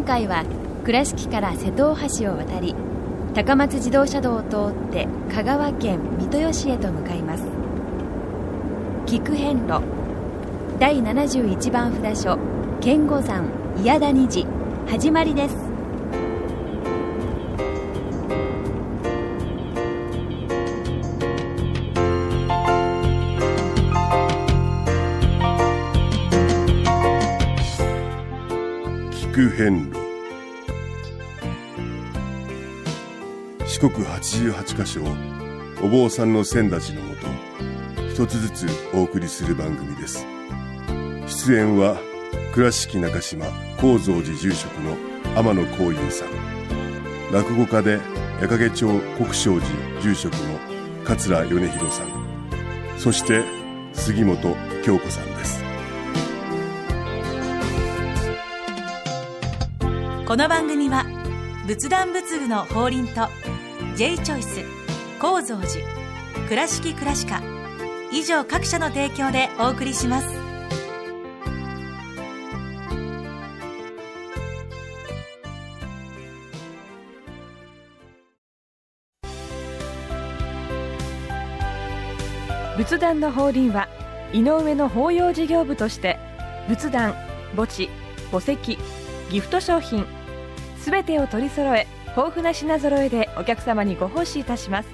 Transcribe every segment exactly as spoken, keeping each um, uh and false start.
今回は倉敷から瀬戸大橋を渡り、高松自動車道を通って香川県三豊市へと向かいます。菊遍路だいななじゅういちばん札所剣悟山伊谷田虹始まりです。 菊遍路、四国はちじゅうはちカ所をお坊さんの先立ちのもと一つずつお送りする番組です。出演は倉敷中島・高蔵寺住職の天野光雄さん、落語家で矢掛町国正寺住職の桂米広さん、そして杉本京子さんです。 この番組は仏壇仏具の法輪と J チョイス、高蔵寺、倉敷倉歯科以上各社の提供でお送りします。 仏壇の法輪は井上の法要事業部として仏壇、墓地、墓石、ギフト商品すべてを取り揃え、豊富な品揃えでお客様にご奉仕いたします。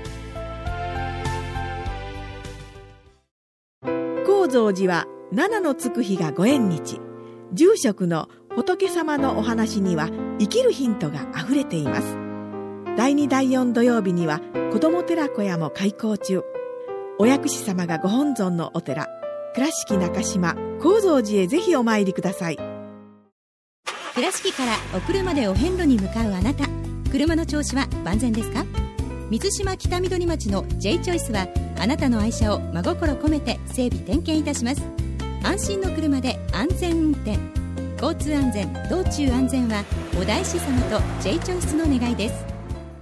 高蔵寺は七のつく日がご縁日。住職の仏様のお話には生きるヒントがあふれています。だいにだいよん土曜日には子ども寺小屋も開校中。お薬師様がご本尊のお寺、倉敷中島・高蔵寺へぜひお参りください。 倉敷からお車でお遍路に向かうあなた、車の調子は万全ですか？水島北緑町の J チョイスはあなたの愛車を真心込めて整備点検いたします。安心の車で安全運転、交通安全、道中安全はお大師様と J チョイスの願いです。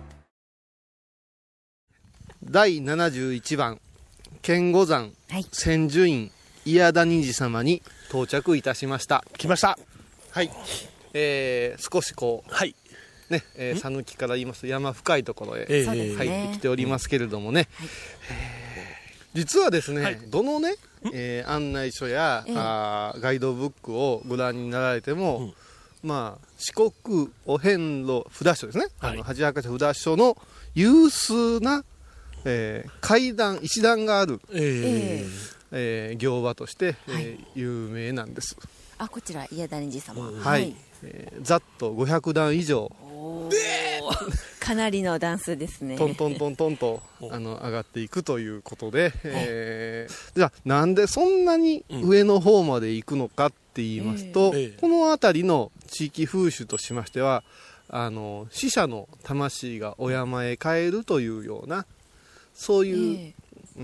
だいななじゅういちばん剣悟山、 はい、 千寿院伊谷田虹様に到着いたしました。 来ました。 はい、えー、少しこう、 はいね、えー、讃岐から言いますと山深いところへえ入ーってきておりますけれどもね、 はい、 えー、実はですね、はい、どのね、えー、案内書や、えー、あガイドブックをご覧になられても、うん、まあ四国お遍路札所ですね、はい、あのはちじゅうはちカ所札所の有数な、えー、階段石段がある、えーえー、行場として、はい、えー、有名なんです。 あ、こちら伊谷田虹様、 はい、はい、えー、ざっとごひゃくだん以上、 かなりの段数ですね。 トントントントンとあの上がっていくということで、えー、じゃあなんでそんなに上の方まで行くのかって言いますと、えー、この辺りの地域風習としましては、あの死者の魂がお山へ帰るというようなそういう、えーうん、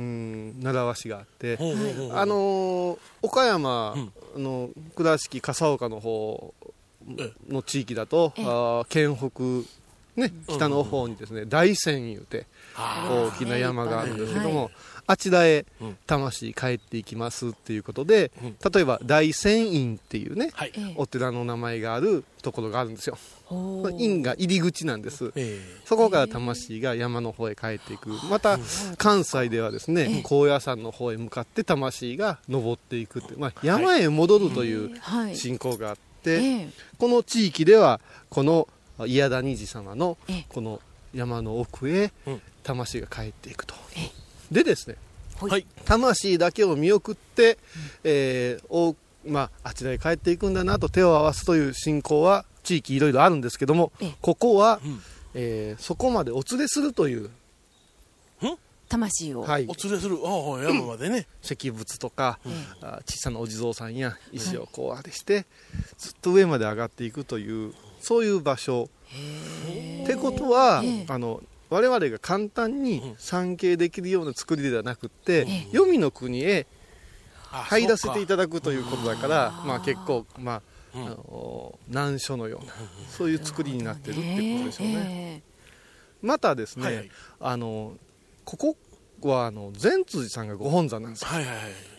習わしがあって、はい、あのー、岡山の倉敷笠岡の方の地域だと、あ県北、ね、北の方にですね、大山いうて大きな山があるんですけども、あちらへ魂帰っていきますっていうことで、例えば大山院っていうね、はい、お寺の名前があるところがあるんですよ。院が入り口なんです、えー、そこから魂が山の方へ帰っていく。また関西ではですね、高野山の方へ向かって魂が登っていくって、まあ、山へ戻るという信仰があって、はいはい、この地域ではこの伊谷田虹様のこの山の奥へ魂が帰っていくと。でですね、はい、魂だけを見送って、えーおまあ、あちらへ帰っていくんだなと手を合わすという信仰は地域いろいろあるんですけども、ここは、うん、えー、そこまでお連れするという魂を、 はい、お連れする、ああ山までね、 石仏とか、うん、あ小さなお地蔵さんや石をこうあれして、はい、ずっと上まで上がっていくというそういう場所ってことは、あの我々が簡単に参詣できるような作りではなくって、黄泉の国へ入らせていただくということだから、まあ、結構、まあ、あの難所のようなそういう作りになってるっていうことでしょうね。またですね、はいはい、あのここはあの善通寺さんがご本山なんですよ。はいはいはい、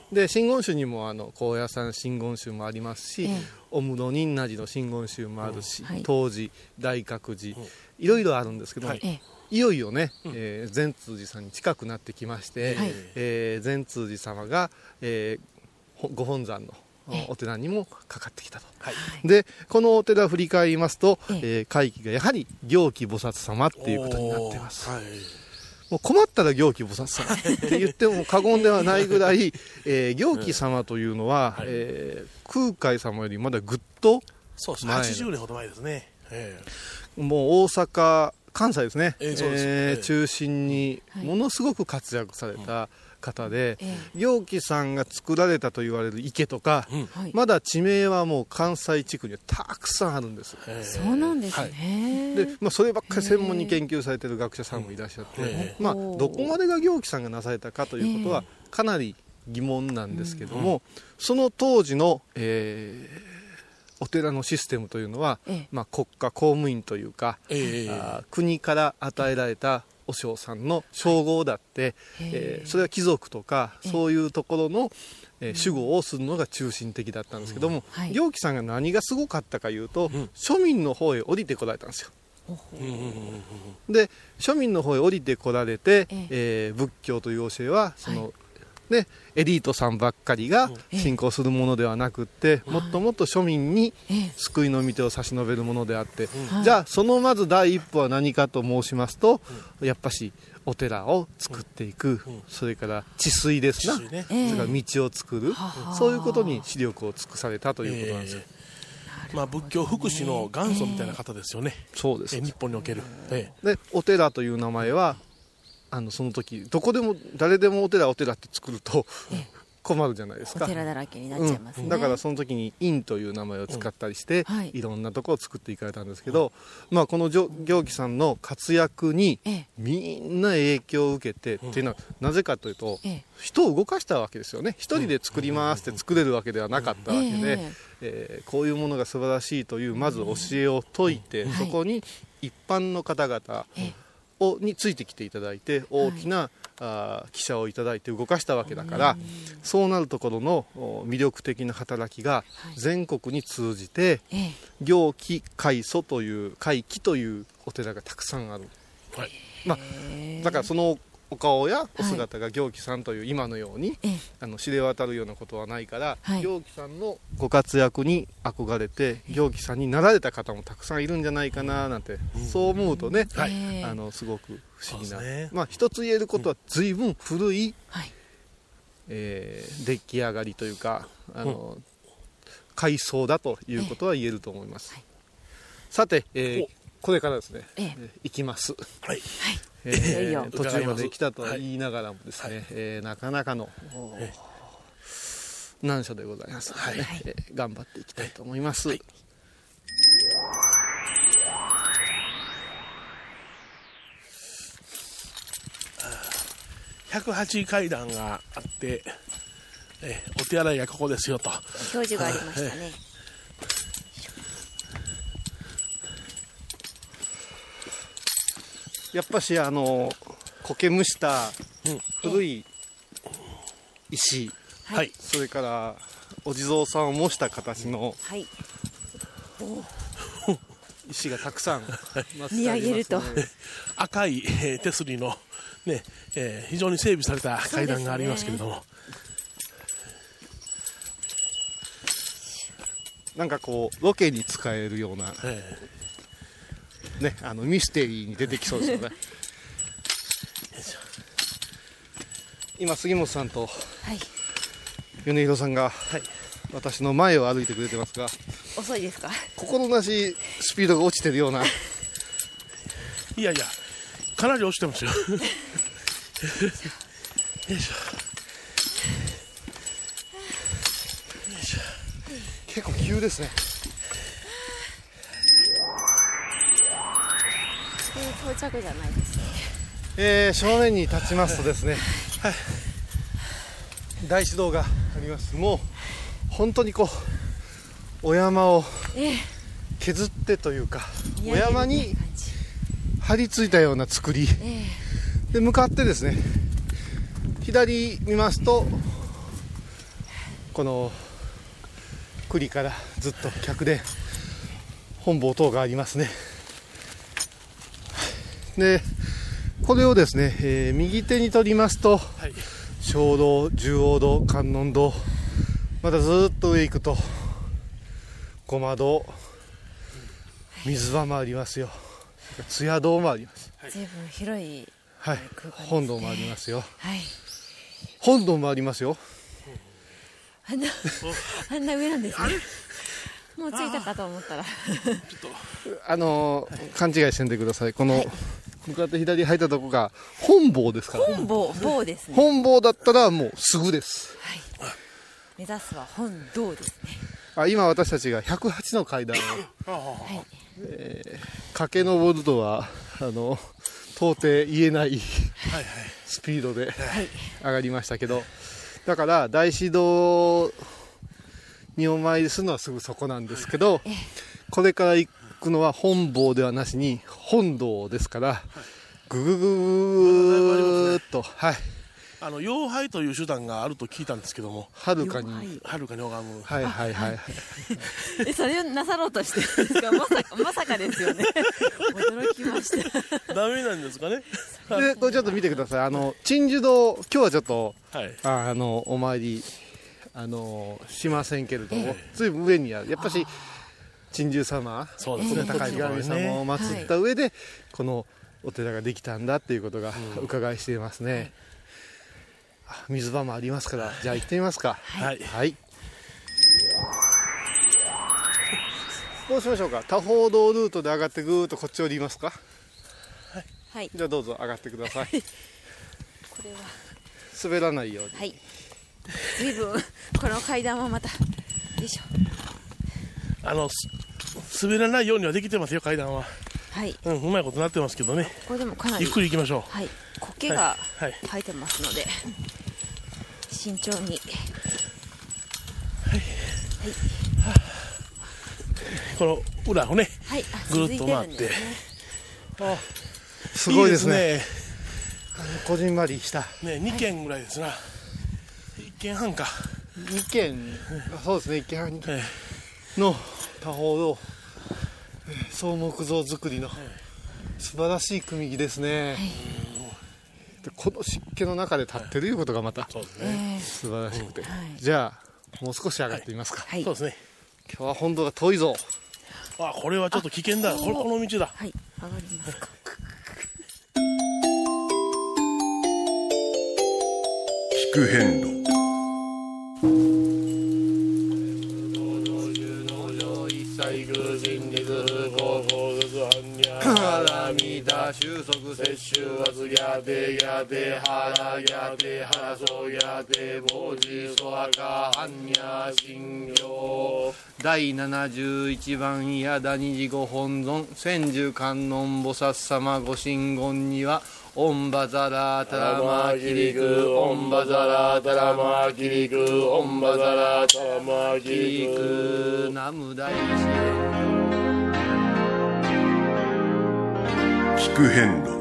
で真言宗にもあの高野山真言宗もありますし、ええ、お室仁和寺の真言宗もあるし、うん、東寺大覚寺、うん、いろいろあるんですけども、はい、いよいよね、うん、えー、善通寺さんに近くなってきまして、はい、えー、善通寺様が、えー、ご本山のお寺にもかかってきたと、はい、でこのお寺を振り返りますと、えー、会期がやはり行基菩薩様っていうことになっています。はい、もう困ったら行基菩薩様って言っても過言ではないぐらい、えー、行基様というのは、はい、えー、空海様よりまだぐっとそうです、はちじゅうねんほど前ですね、えー、もう大阪関西ですね、えーえー、中心にものすごく活躍された、はい、方で、ええ、行基さんが作られたと言われる池とか、うん、まだ地名はもう関西地区にはたくさんあるんです。 そうなんですね、 はい、で、まあ、そればっかり専門に研究されている学者さんもいらっしゃって、まあ、どこまでが行基さんがなされたかということはかなり疑問なんですけども、ええ、その当時の、えー、お寺のシステムというのは、ええ、まあ、国家公務員というか、ええ、あ国から与えられた和尚さんの称号だって、はい、えー、それは貴族とかそういうところの、えー、守護をするのが中心的だったんですけども、うん、はい、行基さんが何がすごかったかいうと、うん、庶民の方へ降りてこられたんですよ。で庶民の方へ降りてこられて、えー、仏教という教えはその、はい、ね、エリートさんばっかりが信仰するものではなくって、もっともっと庶民に救いの御手を差し伸べるものであって、じゃあそのまず第一歩は何かと申しますと、やっぱしお寺を作っていく、それから治水ですな、それから道を作る、そういうことに視力を尽くされたということなんですよ。 まあ、仏教福祉の元祖みたいな方ですよね、 えー、そうです、 えー、日本における、 えー、でお寺という名前はあのその時どこでも誰でもお寺お寺って作ると困るじゃないですか。 お寺だらけになっちゃいますね、 うん、だからその時に院という名前を使ったりして、うん、はい、いろんなところを作っていかれたんですけど、うん、まあ、この行基さんの活躍にみんな影響を受けて、うん、っていうのはなぜかというと、ええ、人を動かしたわけですよね。一人で作りますって作れるわけではなかったわけで、うん、ええー、こういうものが素晴らしいというまず教えを説いて、うん、そこに一般の方々をについてきていただいて大きな、はい、あ記者をいただいて動かしたわけだから、うん、そうなるところの魅力的な働きが全国に通じて、はい、行基開祖という開基というお寺がたくさんある、はい、まあ、だからそのお顔やお姿が行基さんという今のように、はい、あの知れ渡るようなことはないから、はい、行基さんのご活躍に憧れて行基さんになられた方もたくさんいるんじゃないかななんて、うん、そう思うとね、はい、あのすごく不思議な、ね、まあ、一つ言えることは随分古い、はい、えー、出来上がりというかあの、うん、改装だということは言えると思います、はい、さて、えー、これからですね、えー、行きます、はい、えー、途中まで来たと言いながらもですね、はい、えー、なかなかの難所でございますので、ね、はい、えー、頑張っていきたいと思います、はい、 ひゃくはち階段があって、えー、お手洗いがここですよと表示がありましたね、 やっぱしあの苔むした古い石、はい、それからお地蔵さんを模した形の石がたくさん見上げると赤い、えー、手すりの、ね、えー、非常に整備された階段がありますけれども、ね、 なんかこうロケに使えるような、えーね、あのミステリーに出てきそうですよね今杉本さんと米広さんが、はい、私の前を歩いてくれてますが、 遅いですか？ 心なしスピードが落ちてるような。 いやいやかなり落ちてますよよいしょ結構急ですね。 到着じゃないですね。 えー、正面に立ちますとですね、はい、大師堂があります。もう本当にこうお山を削ってというか、えー、お山に張り付いたような作り、えー、で向かってですね左見ますとこの栗からずっと客で本坊等がありますね。でこれをですね、えー、右手に取りますと、はい、鐘楼、十王堂、観音堂、またずっと上行くとごま堂、水場もありますよ。津屋堂もあります。 随分広い、 はい、本堂もありますよ。 はい、 本堂もありますよ。 あんなあんな上なんですね。もう着いたかと思ったらあの勘違いせんでください。この、はい、向かって左入ったとこが本坊ですから、 ね、本坊坊ですね。 本坊だったらもうすぐです、 はい、目指すは本堂ですね。 あ、今私たちがひゃくはちの階段を、はいえー、駆け上るとはあの到底言えないスピードで上がりましたけど、だから大師堂にお参りするのはすぐそこなんですけど、これから行くのは本坊ではなしに本堂ですから、ぐぐぐーっと、はい、 あの妖拝という手段があると聞いたんですけども、 はるかにはるかに拝む、 はいはいはい、はい、 えそれをなさろうとしてるんですか。まさかまさかですよね。驚きました。 ダメなんですかね。 でこれちょっと見てください。あの鎮守堂、今日はちょっと、はい、あ, あのお参りあのしませんけれども、ずいぶん上にあるやっぱし鎮守様、そうですね、高い神様を祀った上で、はい、このお寺ができたんだっていうことが伺いしていますね、うん、水場もありますから、じゃあ行ってみますか。はい、はい、どうしましょうか。多宝堂ルートで上がってぐーっとこっち降りますか。はい、はい、じゃあどうぞ上がってください。これは滑らないように。はい、 随分この階段はまたよいしょ、 あの滑らないようにはできてますよ、階段は。 はい、 うん、うまいことなってますけどね。 これでもかなりゆっくり行きましょう。 はい、苔が生えてますので、はい、慎重に。はい、はい、 この裏をね、はい、ぐるっと回って、ね、 あ、すごいですね。いいですね。こじんまりしたね、にけんぐらいですな、はい、いっけんはんか、 にけん、そうですね、いっけんはんの多宝堂総木造造りの素晴らしい組木ですね、はい、でこの湿気の中で立ってるいうことがまた、はい、そうですね、素晴らしくて、うん、はい、じゃあもう少し上がってみますか。 はい、そうですね。 今日は本堂が遠いぞ。 あ、これはちょっと危険だ。これこの道だ。 はい、上がりますか。 聞く遍路。 収束摂取はずぎゃてやてはらぎゃてはらそうやてぼうじそはかはんにゃしんぎょうだいななじゅういちばんやだにじご本尊千手観音菩薩様ご神言にはオンバザラタラマキリクオンバザラタラマキリクオンバザラタラマキリクナム大師聞く遍路。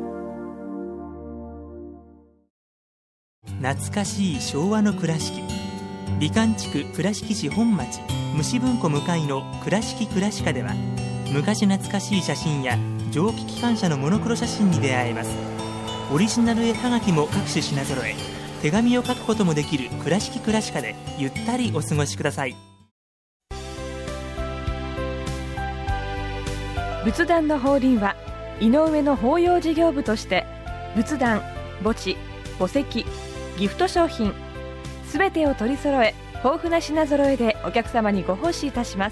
懐かしい昭和の倉敷、美観地区倉敷市本町虫文庫向かいの倉敷倉歯科では、昔懐かしい写真や蒸気機関車のモノクロ写真に出会えます。オリジナル絵はがきも各種品揃え、手紙を書くこともできる倉敷倉歯科でゆったりお過ごしください。 仏壇の法輪は井上の法要事業部として仏壇、墓地、墓石、ギフト商品すべてを取り揃え、豊富な品揃えでお客様にご奉仕いたします。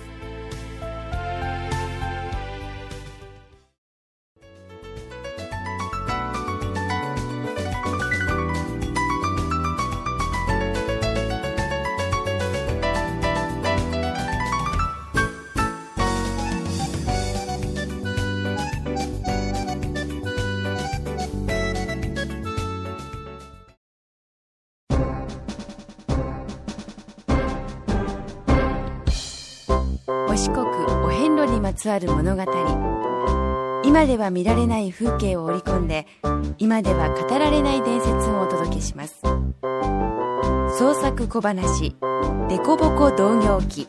お四国お遍路にまつわる物語。 今では見られない風景を織り込んで、今では語られない伝説をお届けします。創作小話デコボコ同業記。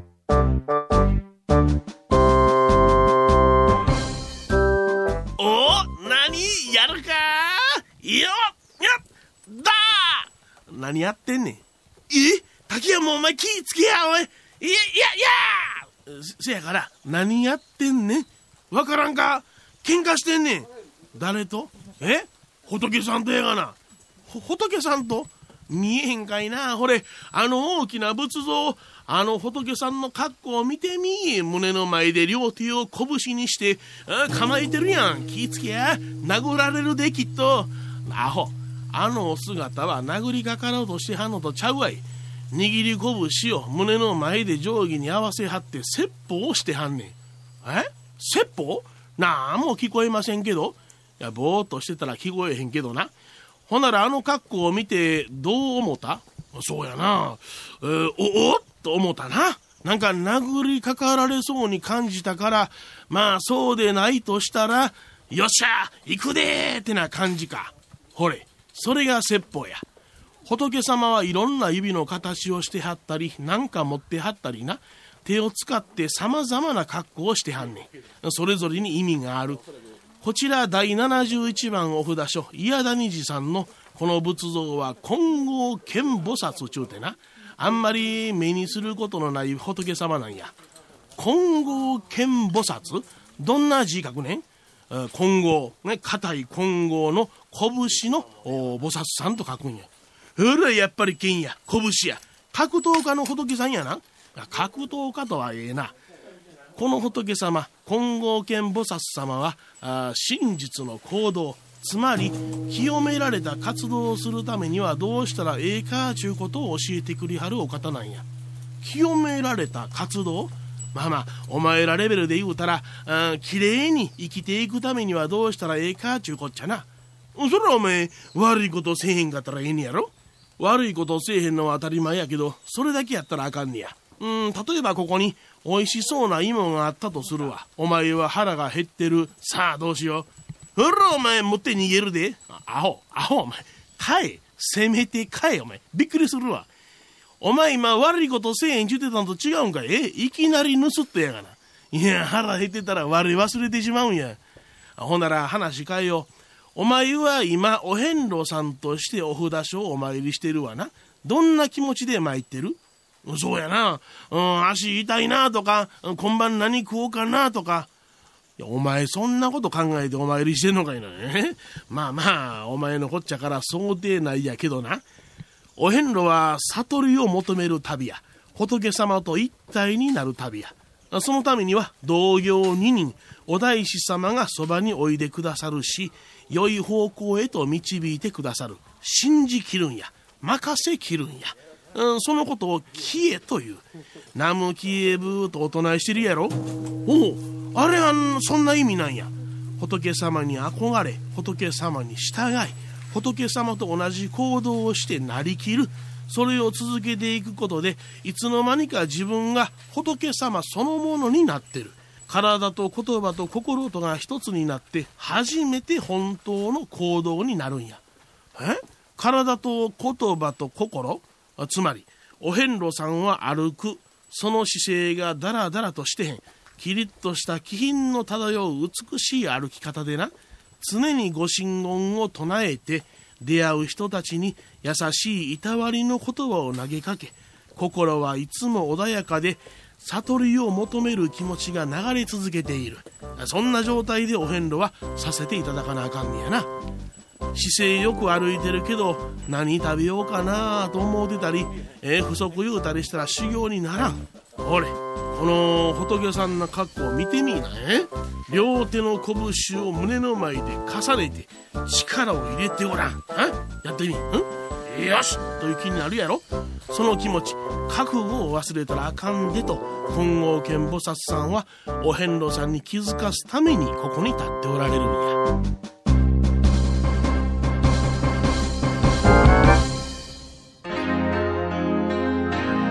お、何やるかいよっだー。何やってんねん。え、竹山お前気ぃつけやおい。いやいやいや、せやから何やってんねん。わからんか。喧嘩してんねん。誰と？え、仏さんとやがな。ほ仏さんと見えへんかいな。ほれ、あの大きな仏像、あの仏さんの格好を見てみ。胸の前で両手を拳にして構えてるやん。気ぃつけや、殴られるできっと。アホ、あのお姿は殴りかかろうとしてはんのとちゃうわい。握り拳を胸の前で定規に合わせはって説法をしてはんねん。え、説法？なんも聞こえませんけど。いや、ぼーっとしてたら聞こえへんけどな。ほならあの格好を見てどう思った？そうやな、えー、おおっと思ったな。なんか殴りかかられそうに感じたから、まあそうでないとしたら、よっしゃ行くでーってな感じか。ほれ、それが説法や。仏様はいろんな指の形をしてはったり、なんか持ってはったりな、手を使ってさまざまな格好をしてはんねん。それぞれに意味がある。こちらだいななじゅういちばんお札書伊谷虹さんのこの仏像は金剛見菩薩ちゅうてな、あんまり目にすることのない仏様なんや。金剛見菩薩、どんな字書くねん。金剛ね、硬い金剛の拳の菩薩さんと書くんや。ほら、やっぱり剣や、拳や、格闘家の仏さんやな。格闘家とはええな。この仏様、金剛見菩薩様はあ真実の行動、つまり清められた活動をするためにはどうしたらええかちゅうことを教えてくりはるお方なんや。清められた活動、まあまあお前らレベルで言うたら、あきれいに生きていくためにはどうしたらええかちゅうこっちゃな。それはお前悪いことせえへんかったらええねやろ。悪いことせえへんのは当たり前やけど、それだけやったらあかんねや。うん、例えばここに美味しそうな芋があったとするわ。お前は腹が減ってる。さあどうしよう。ほらお前持って逃げるで。アホアホ、お前買え、せめて買え。お前びっくりするわ。お前今悪いことせえへんちゅうてたのと違うんかい。え、いきなり盗っとやがな。いや、腹減ってたら悪い忘れてしまうんや。ほんなら話変えよう。お前は今お遍路さんとしてお札所をお参りしてるわな。どんな気持ちで参ってる？そうやな、うん、足痛いなとか、今晩何食おうかなとか。いや、お前そんなこと考えてお参りしてんのかいな。ね、まあまあお前のこっちゃから想定内やけどな。お遍路は悟りを求める旅や、仏様と一体になる旅や。そのためには同業二人、お大師様がそばにおいでくださるし、良い方向へと導いてくださる。信じきるんや、任せきるんや。うん、そのことを消えという。ナムキエブーとお唱えしてるやろ。おお、あれはそんな意味なんや。仏様に憧れ、仏様に従い、仏様と同じ行動をしてなりきる。それを続けていくことで、いつの間にか自分が仏様そのものになってる。体と言葉と心とが一つになって初めて本当の行動になるんや。え？体と言葉と心、つまりお遍路さんは歩く、その姿勢がだらだらとしてへん、キリッとした気品の漂う美しい歩き方でな、常にご神言を唱えて出会う人たちに優しいいたわりの言葉を投げかけ、心はいつも穏やかで悟りを求める気持ちが流れ続けている。そんな状態でお遍路はさせていただかなあかんねやな。姿勢よく歩いてるけど何食べようかなと思うてたり、えー、不足言うたりしたら修行にならん。ほれ、この仏さんの格好を見てみな。え両手の拳を胸の前で重ねて力を入れてごらん。やってみん。よしという気になるやろ。その気持ち、覚悟を忘れたらあかんでと金剛見菩薩さんはお遍路さんに気づかすためにここに立っておられるんや。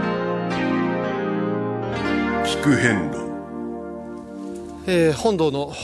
聞く遍路、 えー、本堂の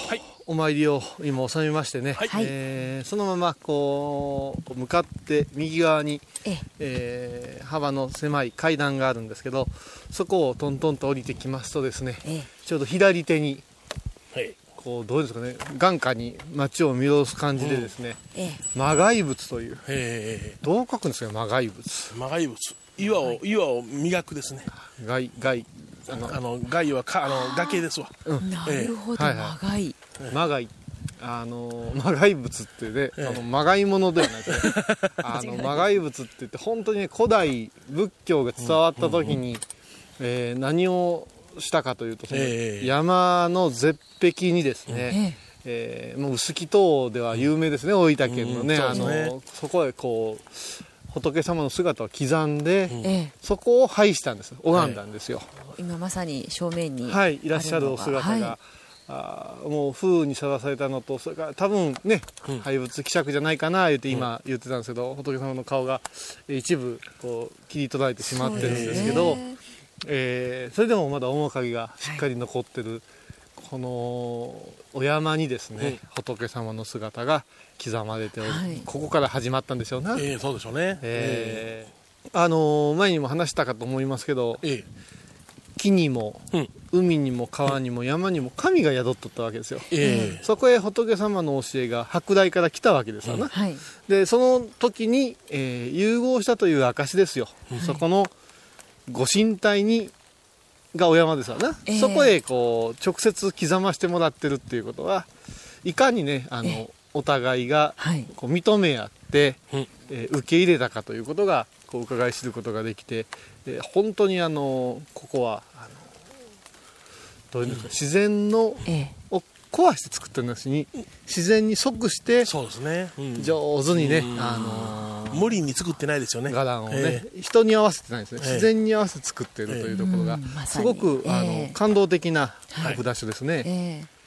お参りを今収めましてね、 はいえーそのままこう向かって右側に、 ええー幅の狭い階段があるんですけど、そこをトントンと降りてきますとですね、 えちょうど左手にはいこうどうですかね、眼下に街を見下ろす感じでですね、 え魔骸仏という、 えどう書くんですか、魔骸仏。 ー、魔骸物岩を岩を磨くですね。 骸骸あのあの骸はかあの崖ですわ。 なるほど、 はいはい長い。 魔骸あの魔骸仏ってね、 ええあの魔骸物ではないですねあの魔骸仏って言って本当にね、古代仏教が伝わった時に、えー何をしたかというと、そのええ山の絶壁にですね、えーもう臼杵塔では有名ですね、大分県のね、 うんあそうですねのそこへこう仏様の姿を刻んで、 ええ、 そこを拝したんです、拝んだんですよ。 今まさに正面にはい、いらっしゃるお姿が、 はあーもう風にさらされたのと、それから多分ね、 うん廃仏希釈じゃないかな言って今言ってたんですけど、仏様の顔がえー一部こう切り取られてしまってるんですけど、 そうですねえーそれでもまだ面影がしっかり残ってる、このお山にですね、仏様の姿が刻まれており、 はいここから始まったんでしょうね。 ええそうでしょうね。 えーあのー前にも話したかと思いますけど、 え木にも、 うん海にも川にも山にも神が宿っとったわけですよ。 ええそこへ仏様の教えが白大から来たわけですよね、 はい、 でその時に、えー融合したという証ですよ、そこのご神体にがお山ですわね、 えーそこへこう直接刻ましてもらってるっていうことはいかにね、あの、 えお互いがはい、 こう認め合って、 うんえー受け入れたかということがこう伺い知ることができて、で本当にあのここはあのどういうんですか、自然のええ、 を壊して作ってるのに自然に即してそうですね。うん上手にね、 うんあのー無理に作ってないですよね。 伽藍をね、 え人に合わせてないですね、 ええ自然に合わせて作っているというところが、 うんまさすにごく、あええの感動的なはいお札所ですね、 ええ、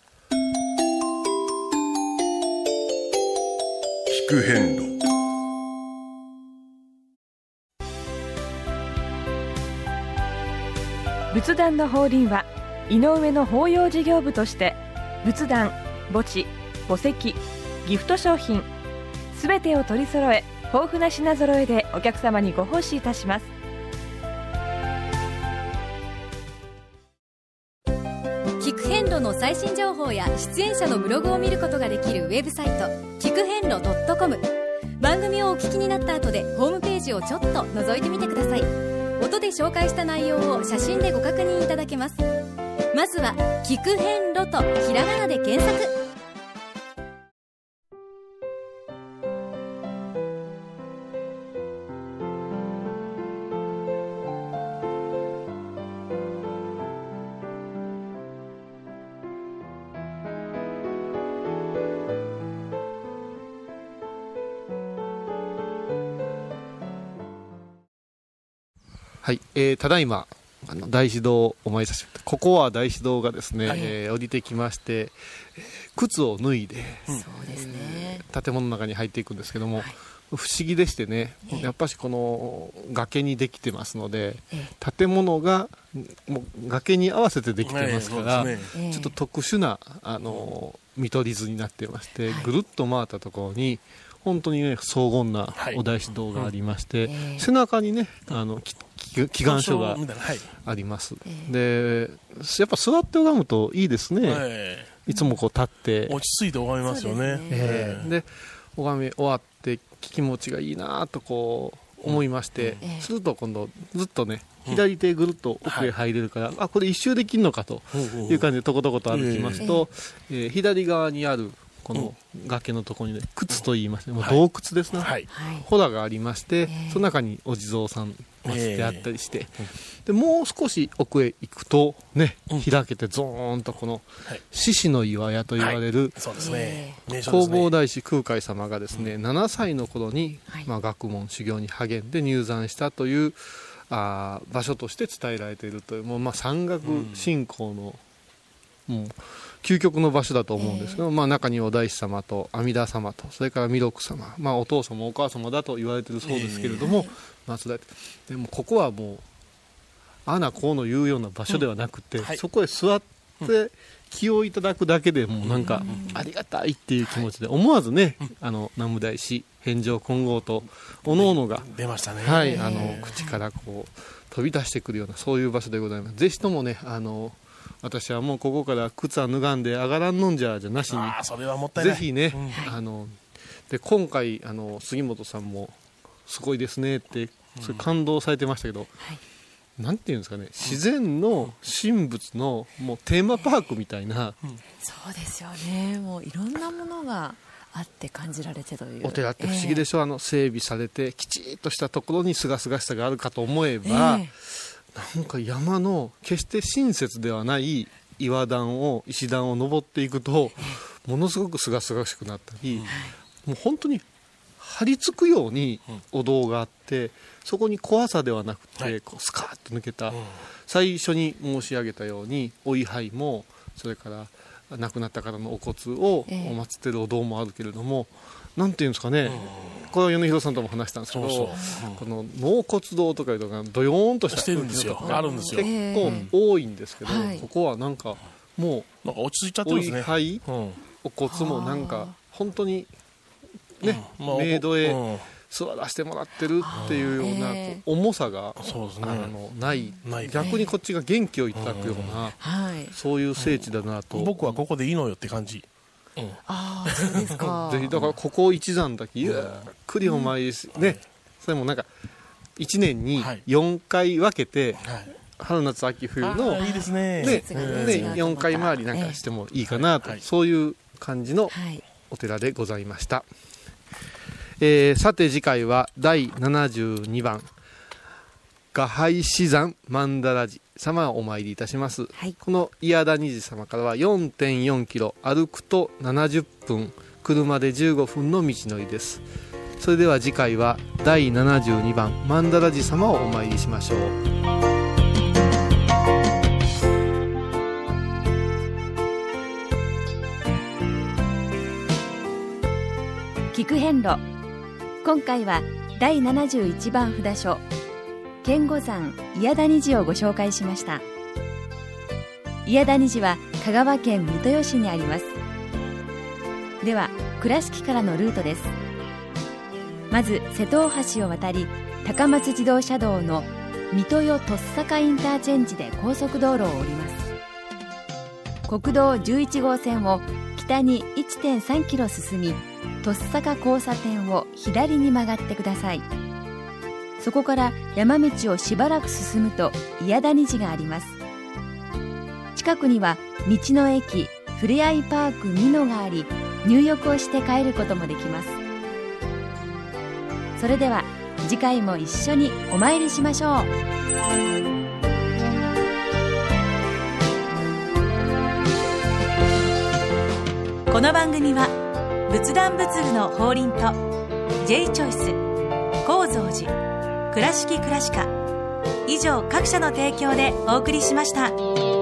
聞く遍路。 仏壇の法輪は井上の法要事業部として仏壇、墓地、墓石、ギフト商品すべてを取り揃え、豊富な品揃えでお客様にご奉仕いたします。 聞く遍路の最新情報や出演者のブログを見ることができるウェブサイト聞く遍路 .com。 番組をお聞きになった後でホームページをちょっと覗いてみてください。音で紹介した内容を写真でご確認いただけます。まずは聞く遍路とひらがなで検索。 はい、えーただいまあの大師堂をお参りさせて、ここは大師堂がですね、 はいえー降りてきまして、えー靴を脱いで、 そうですね、 建物の中に入っていくんですけども、不思議でしてね、やっぱしこの崖にできてますので、建物がもう崖に合わせてできてますから、 ええそうですねちょっと特殊なあの見取り図になってまして、ぐるっと回ったところに本当にね荘厳なお大師堂がありまして、 うんええ背中にねあのきき祈願書がみたいなはいあります、でやっぱ座って拝むといいですね、 えいつもこう立ってえ落ち着いて拝みますよね。 ええで拝み終わって気持ちがいいなとこう思いまして、 ええすると今度ずっとね左手ぐるっと奥へ入れるから、あこれ一周できるのかという感じでとことこと歩きますと、えー左側にあるこの崖のところにね靴といいまして、もう洞窟ですね、 はいはい、 ホラがありまして、 ええその中にお地蔵さん祀ってあったりして、でもう少し奥へ行くとね、開けてゾーンとこのはい獅子の岩屋と言われる、 そうですね。名所で弘すね法大師空海様がですね、ななさいの頃に、 はいまあ、学問修行に励んで入山したというあー場所として伝えられているという、もうまあ山岳信仰の、もう究極の場所だと思うんですけど、まあ、中にお大師様と阿弥陀様とそれから弥勒様、まあ、お父様お母様だと言われているそうですけれども、祀られてでもここはもうああなこうの言うような場所ではなくて、 はいそこへ座って気をいただくだけでもうなんかありがたいっていう気持ちで思わずね、はい、あの南無大師返上金剛とおのおのが出ましたね、 はい、あの口からこう飛び出してくるようなそういう場所でございます。ぜひともね、あの私はもうここから靴は脱がんで上がらんのんじゃじゃなしに、 あそれはもったいない、 ぜひね、 うん、 あので今回あの杉本さんもすごいですねってそれ感動されてましたけど、うんはい、なんていうんですかね、自然の神仏のもうテーマパークみたいな、 うん、そうですよね。もういろんなものがあって感じられてという。 お寺って不思議でしょ、えー、あの整備されてきちっとしたところにすがすがしさがあるかと思えば、えー、なんか山の決して親切ではない岩段を石段を登っていくとものすごくすがすがしくなったり、うん、もう本当に張り付くようにお堂があって、そこに怖さではなくて、はい、こうスカーッと抜けた、うん、最初に申し上げたようにお位牌もそれから亡くなった方のお骨をお祀ってるお堂もあるけれども、えー、なんていうんですかね、うん、これは米広さんとも話したんですけど、そうそう、うん、この納骨堂とかいうのがドヨーンとしたしてるんですよ、あるんですよ、 結構多いんですけど、えー、ここはなんかもうなんか落ち着いちゃってますね。 お位牌、うん、お骨もなんか本当にね、うんまあ、メイドへ座らせてもらってるっていうようなこう重さが、そうですね、あのない、ない、逆にこっちが元気をいただくような、うん、そういう聖地だなと、 うん、僕はここでいいのよって感じ、 うん、ああそうですかぜひだからここ一段だけゆっくりお参りし、うん、ね、それもなんかいちねんによんかい分けて、はいはい、春夏秋冬のいいですね、 ね、ね、よんかい回りなんかしてもいいかなと、はい、そういう感じのお寺でございました、はい。えー、さて次回はだいななじゅうにばん瓦拝四山曼荼羅寺様をお参りいたします、はい、この伊谷谷寺様からは よんてんよんキロ、歩くとななじゅっぷん、車でじゅうごふんの道のりです。それでは次回はだいななじゅうにばん曼荼羅寺様をお参りしましょう。 聞く遍路、今回はだいななじゅういちばん札所剣悟山伊谷谷寺をご紹介しました。伊谷谷寺は香川県三豊市にあります。では倉敷からのルートです。まず瀬戸大橋を渡り、高松自動車道の三豊鳥栖坂インターチェンジで高速道路を降ります。国道じゅういち号線を北に いってんさんキロ進み、鳥栖坂交差点を左に曲がってください。そこから山道をしばらく進むと伊谷谷寺があります。近くには道の駅ふれあいパーク美濃があり、入浴をして帰ることもできます。それでは次回も一緒にお参りしましょう。 この番組は仏壇仏具の法輪と J チョイス、高蔵寺、倉敷倉歯科以上各社の提供でお送りしました。